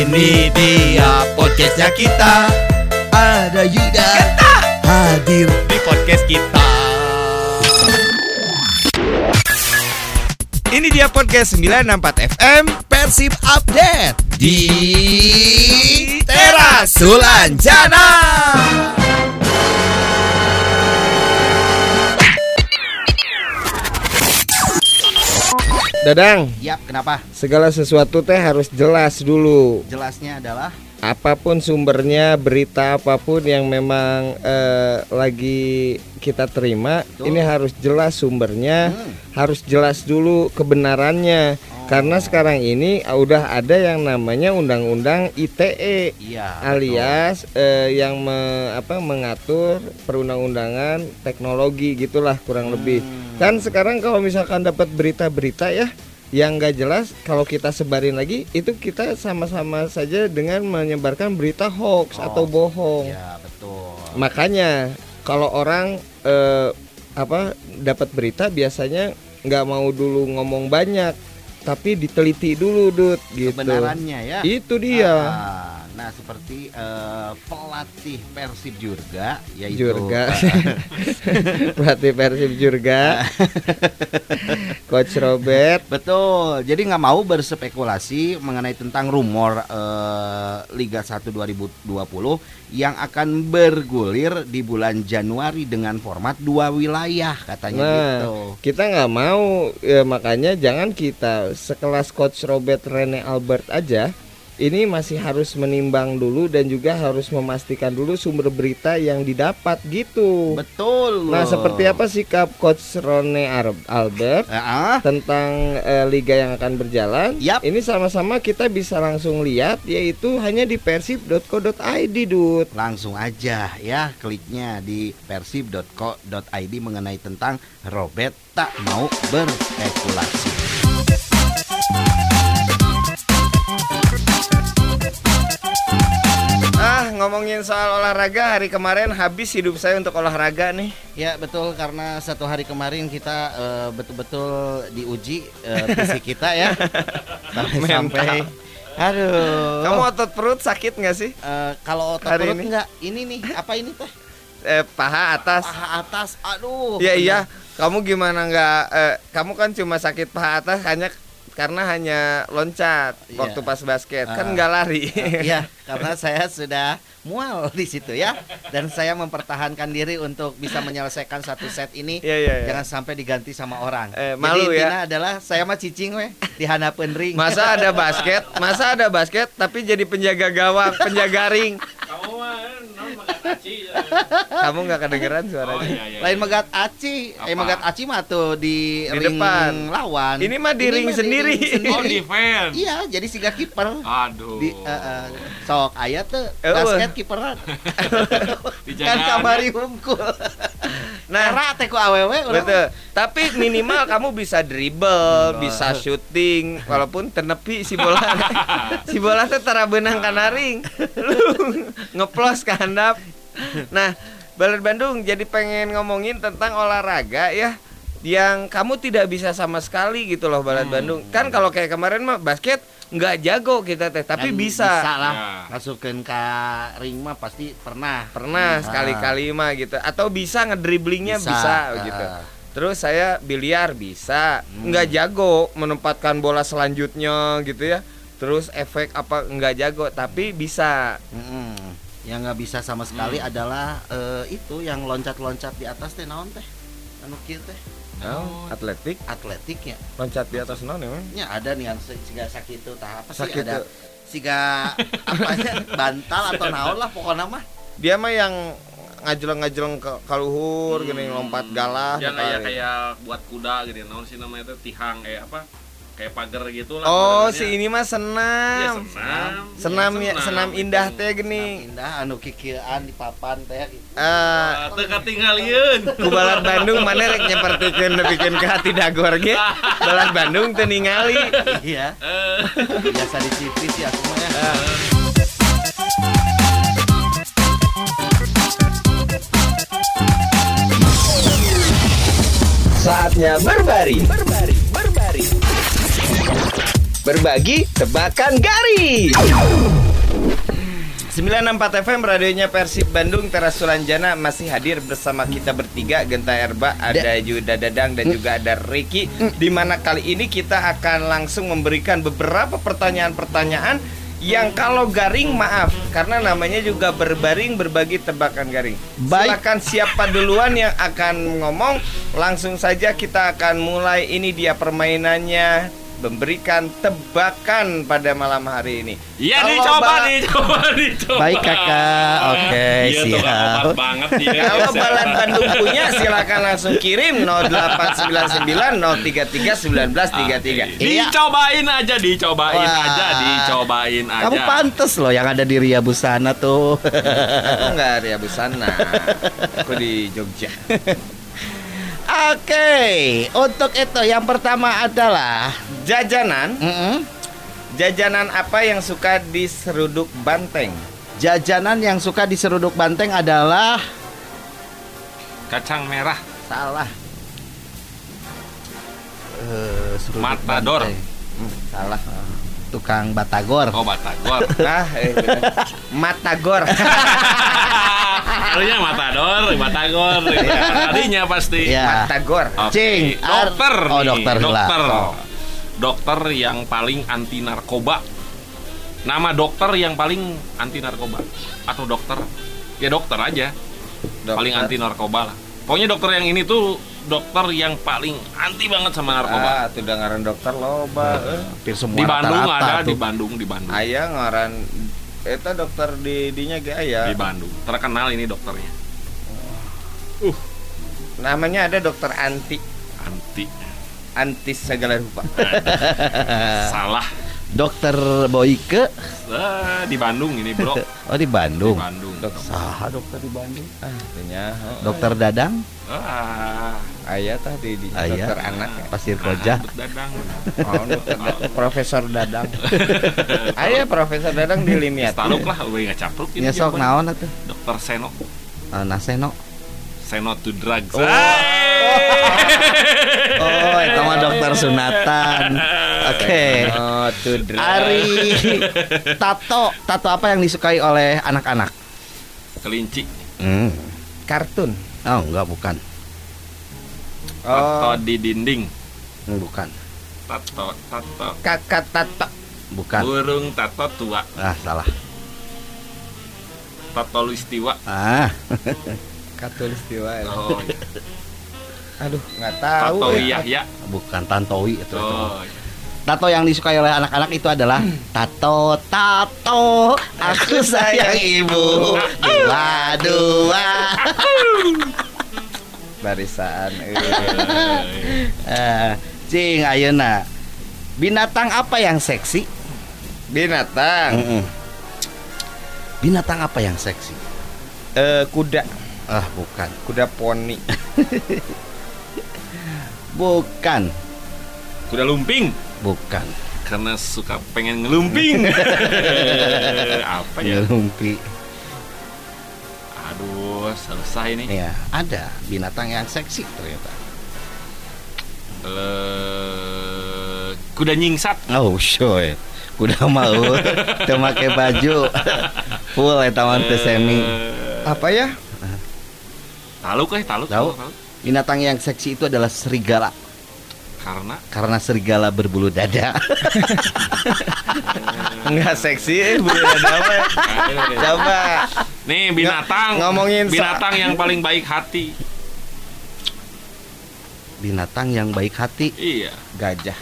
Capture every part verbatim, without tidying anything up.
Ini dia podcastnya kita. Ada Yuda Genta hadir di podcast kita. Ini dia podcast sembilan enam empat F M Persib Update di Teras Sulanjana. Dadang, Yap, kenapa? segala sesuatu teh harus jelas dulu. Jelasnya adalah Apapun sumbernya, berita apapun yang memang eh, lagi kita terima, Betul. ini harus jelas sumbernya, Hmm. harus jelas dulu kebenarannya. Oh. Karena sekarang ini ah, udah ada yang namanya Undang-Undang I T E, iya, alias eh, yang me- apa, mengatur perundang-undangan teknologi gitulah kurang lebih. Hmm. Kan sekarang kalau misalkan dapat berita-berita ya yang nggak jelas, kalau kita sebarin lagi itu kita sama-sama saja dengan menyebarkan berita hoax Oh, atau bohong. Ya, betul. Makanya kalau orang eh, apa dapat berita biasanya nggak mau dulu ngomong banyak, tapi diteliti dulu, Dut, gitu. Kebenarannya ya. Itu dia. Ah, nah, seperti eh, pelatih Persib Jurga, yaitu Jurga. Pelatih Persib Jurga. Coach Robert. Betul. Jadi nggak mau berspekulasi mengenai tentang rumor eh, Liga satu dua ribu dua puluh yang akan bergulir di bulan Januari dengan format dua wilayah katanya Nah, gitu. kita nggak mau ya, makanya jangan kita sekelas Coach Robert Rene Albert aja. Ini masih harus menimbang dulu dan juga harus memastikan dulu sumber berita yang didapat gitu. Betul. Nah, loh. seperti apa sikap Coach Rene Ar- Albert Eh, ah. tentang eh, liga yang akan berjalan? Yap. Ini sama-sama kita bisa langsung lihat, yaitu hanya di persib dot co dot i d, Dut. Langsung aja ya kliknya di persib dot co dot i d mengenai tentang Robert tak mau berspekulasi. Ah, ngomongin soal olahraga, hari kemarin habis hidup saya untuk olahraga nih. Ya betul, karena satu hari kemarin kita eh, betul-betul diuji eh, fisik kita ya. Sampai-sampai aduh. Kamu otot perut sakit nggak sih? Eh, kalau otot Hari perut ini? enggak, ini nih apa ini teh? Eh, paha atas. Paha atas, aduh. Iya iya. Kamu gimana nggak? Eh, kamu kan cuma sakit paha atas hanya karena hanya loncat Iya. waktu pas basket, kan Ah. nggak lari. Iya, karena saya sudah mual di situ ya, dan saya mempertahankan diri untuk bisa menyelesaikan satu set ini. Iya iya. iya. Jangan sampai diganti sama orang. Eh, malu Jadi ya. intinya adalah saya mah cicing weh di hadapan ring. Masa ada basket, masa ada basket tapi jadi penjaga gawang, penjaga ring. Kamu mah non makan aci. Kamu nggak kedengeran Oh suaranya. iya iya. Lain megat aci, eh Apa? megat aci mah tuh di, Di ring depan. lawan. Ini mah di ring sendiri. Oh defense. Iya, jadi siga kiper. Aduh. Di eh, eh, sok aya tuh Eh, basket kiperan. Dijaga. Kan kamari hungkul. Nah, Era teh ku awewe urang. betul. Tapi minimal kamu bisa dribble, Dribble. bisa shooting, walaupun tenepi si bola. Si bola teh tara beunang kana ring. Lu ngeplos ke handap. Nah, Balet Bandung jadi pengen ngomongin tentang olahraga ya, yang kamu tidak bisa sama sekali gitu loh, Balet Hmm. Bandung. Kan kalau kayak kemarin mah basket nggak jago kita teh, tapi Dan bisa. lah Ya. masukkeun ka ring mah pasti pernah. Pernah Ah. sekali-kali mah gitu, atau bisa ngedriblingnya bisa, Bisa, gitu. ah. Terus saya biliar bisa, Hmm. nggak jago menempatkan bola selanjutnya gitu ya. Terus efek apa nggak jago, tapi bisa. Mm-mm. Yang nggak bisa sama sekali Hmm. adalah eh, itu yang loncat-loncat di atas teh naon teh? Anu kieu teh Oh, atletik, atletik ya. loncat di atas non emang. Ya ada nih yang si- siga sakitu tah apa sih Sakitu. ada siga apanya bantal atau naon lah pokoknya mah. Dia mah yang ngajleng-ngajleng ke kaluhur Hmm. gini, lompat galah. Yang apa kayak gitu. kayak buat kuda gitu. Naon sih namanya itu tihang kayak apa? Kayak pagar gitu lah. Oh, badannya. si ini mah Ya, senam. senam. Senam ya, Senam, senam gitu. indah teh Senam gini. indah anu kikieuan di papan teh gitu. Eh, Ah, teu katingalieun. ku Balat Bandung mana rek nyepertikeun nepikeun ka hati dagor ge. Balat Bandung teu ningali. Iya. Eh. Biasa di T V sih aku mah ya. Saatnya berbaring. Berbaring, berbaring. berbagi tebakan garis. sembilan enam empat F M radionya Persib Bandung, Teras Sulanjana masih hadir bersama kita bertiga, Genta Erba, ada Yuda Dadang dan juga ada Ricky. Di mana kali ini kita akan langsung memberikan beberapa pertanyaan-pertanyaan yang kalau garing maaf karena namanya juga berbaring berbagi tebakan garing. Baik. Silakan siapa duluan yang akan ngomong, langsung saja kita akan mulai. Ini dia permainannya, memberikan tebakan pada malam hari ini. Iya, Kalau dicoba, bala- dicoba, dicoba. Baik kakak, oke Iya tuh, siap. amat banget dia. Kalau Balan Bandung punya, silakan langsung kirim nol delapan sembilan sembilan nol tiga tiga satu sembilan tiga tiga. Dicobain aja, dicobain Wah. aja, dicobain aja. Kamu pantes loh yang ada di Ria Busana tuh. Aku nggak Ria Busana, aku di Jogja. Oke, untuk itu yang pertama adalah Jajanan, mm-mm, jajanan apa yang suka diseruduk banteng? jajanan yang suka diseruduk banteng adalah Kacang merah. salah. Eh, seruduk Matador. banteng. Hmm, salah. Tukang batagor. Oh, batagor. Ah, eh, bener. Matagor. Harusnya matador, batagor. Tadinya pasti. Ya. Matagor. Oke. Cing, ar- Dokter oh, nih, dokter lah. dokter. Oh. Dokter yang paling anti narkoba. Nama dokter yang paling anti narkoba atau dokter? Ya dokter aja. Dokter. Paling anti narkoba lah. Pokoknya dokter yang ini tuh dokter yang paling anti banget sama narkoba. Ah, tuh ngaran dokter loba. Eh. Hampir semua Di Bandung rata-rata ada, tuh. di Bandung, di Bandung. Aya ngaran eta dokter di dinya ge aya. Di Bandung. Terkenal ini dokternya. Namanya ada dokter anti, Anti. anti segala rupa. Salah. Dokter Boyke. Eh, di Bandung ini, Bro. Oh di Di Bandung. Bandung. Saha dokter di Bandung. Ah, itunya. Oh, Dokter Dadang, Ah, aya tah di, di Aya. dokter anak. ya. Pasir Koja. Nah, Dadang. Oh, dokter Da- Profesor Dadang. Aya Profesor Dadang di Limiat. Taluk lah, udah nggak capruk ini. Nya sok jawabannya. naon atuh? Dokter Seno. Uh, Naseno. Seno to drugs. Oh. Oh, itu mah dokter sunatan. Oke. Oh, tuh drag. Ari tato, tato apa yang disukai oleh anak-anak? Kelinci. Hmm. Kartun. Oh, enggak bukan. Tato Oh, di dinding. Hmm, bukan. Tato, tato. kakak tato. Bukan. Burung tato tua. Ah, salah. Tato luistiwa. Ah. Katulistiwa. ya. Oh, iya. Aduh, nggak tahu. Tato ya. Yahya. Bukan Tantowi itu. itu. Oh, iya. Tato yang disukai oleh anak-anak itu adalah tato, tato, aku sayang ibu, dua dua. Barisan. eh. Eh, cing, ayeuna. Binatang apa yang seksi? Binatang. Mm-mm. Binatang apa yang seksi? Eh, kuda. Ah, bukan. Kuda poni. Bukan. Kuda lumping. Bukan. Karena suka pengen ngelumping. Apa ya? Ngelumpi. Aduh, selesai nih. Ya, ada binatang yang seksi ternyata. Eh, kuda nyingsat. Oh, shoy. Kuda mau teu make baju. Full eta mah teu semi. Eh, Apa ya? Taluk eh, taluk. Tahu. taluk. Binatang yang seksi itu adalah serigala. Karena Karena serigala berbulu dada. Enggak seksi eh bulu dada mah. Coba. nih binatang Ngomongin so- binatang yang paling baik hati. Binatang yang baik hati. Iya. Gajah.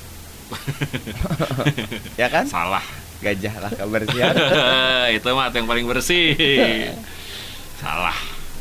Ya kan? Salah. Gajah lah kebersihan. Itu mah yang paling bersih. Salah.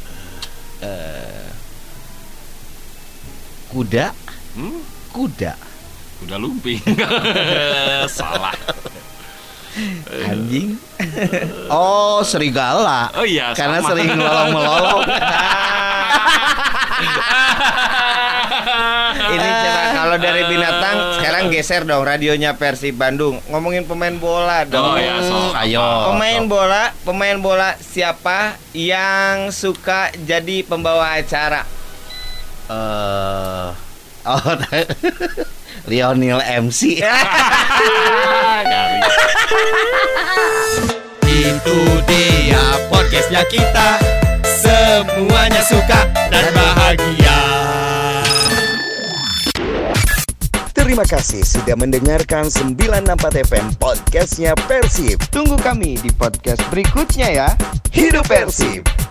Kuda. Hmm? Kuda. Udah lumping. Salah. Anjing. Oh, serigala. Oh iya, Karena sama. sering melolong-melolong. Ini coba kalau dari binatang sekarang geser dong radionya Persib Bandung. Ngomongin pemain bola dong. Oh ya, so. Ayo. Pemain bola, pemain bola siapa yang suka jadi pembawa acara? Eh, oh, Lionel M C. Garing. Itu dia podcastnya kita. Semuanya suka dan bahagia. Terima kasih sudah mendengarkan sembilan enam empat F M podcastnya Persib. Tunggu kami di podcast berikutnya ya. Hidup Persib.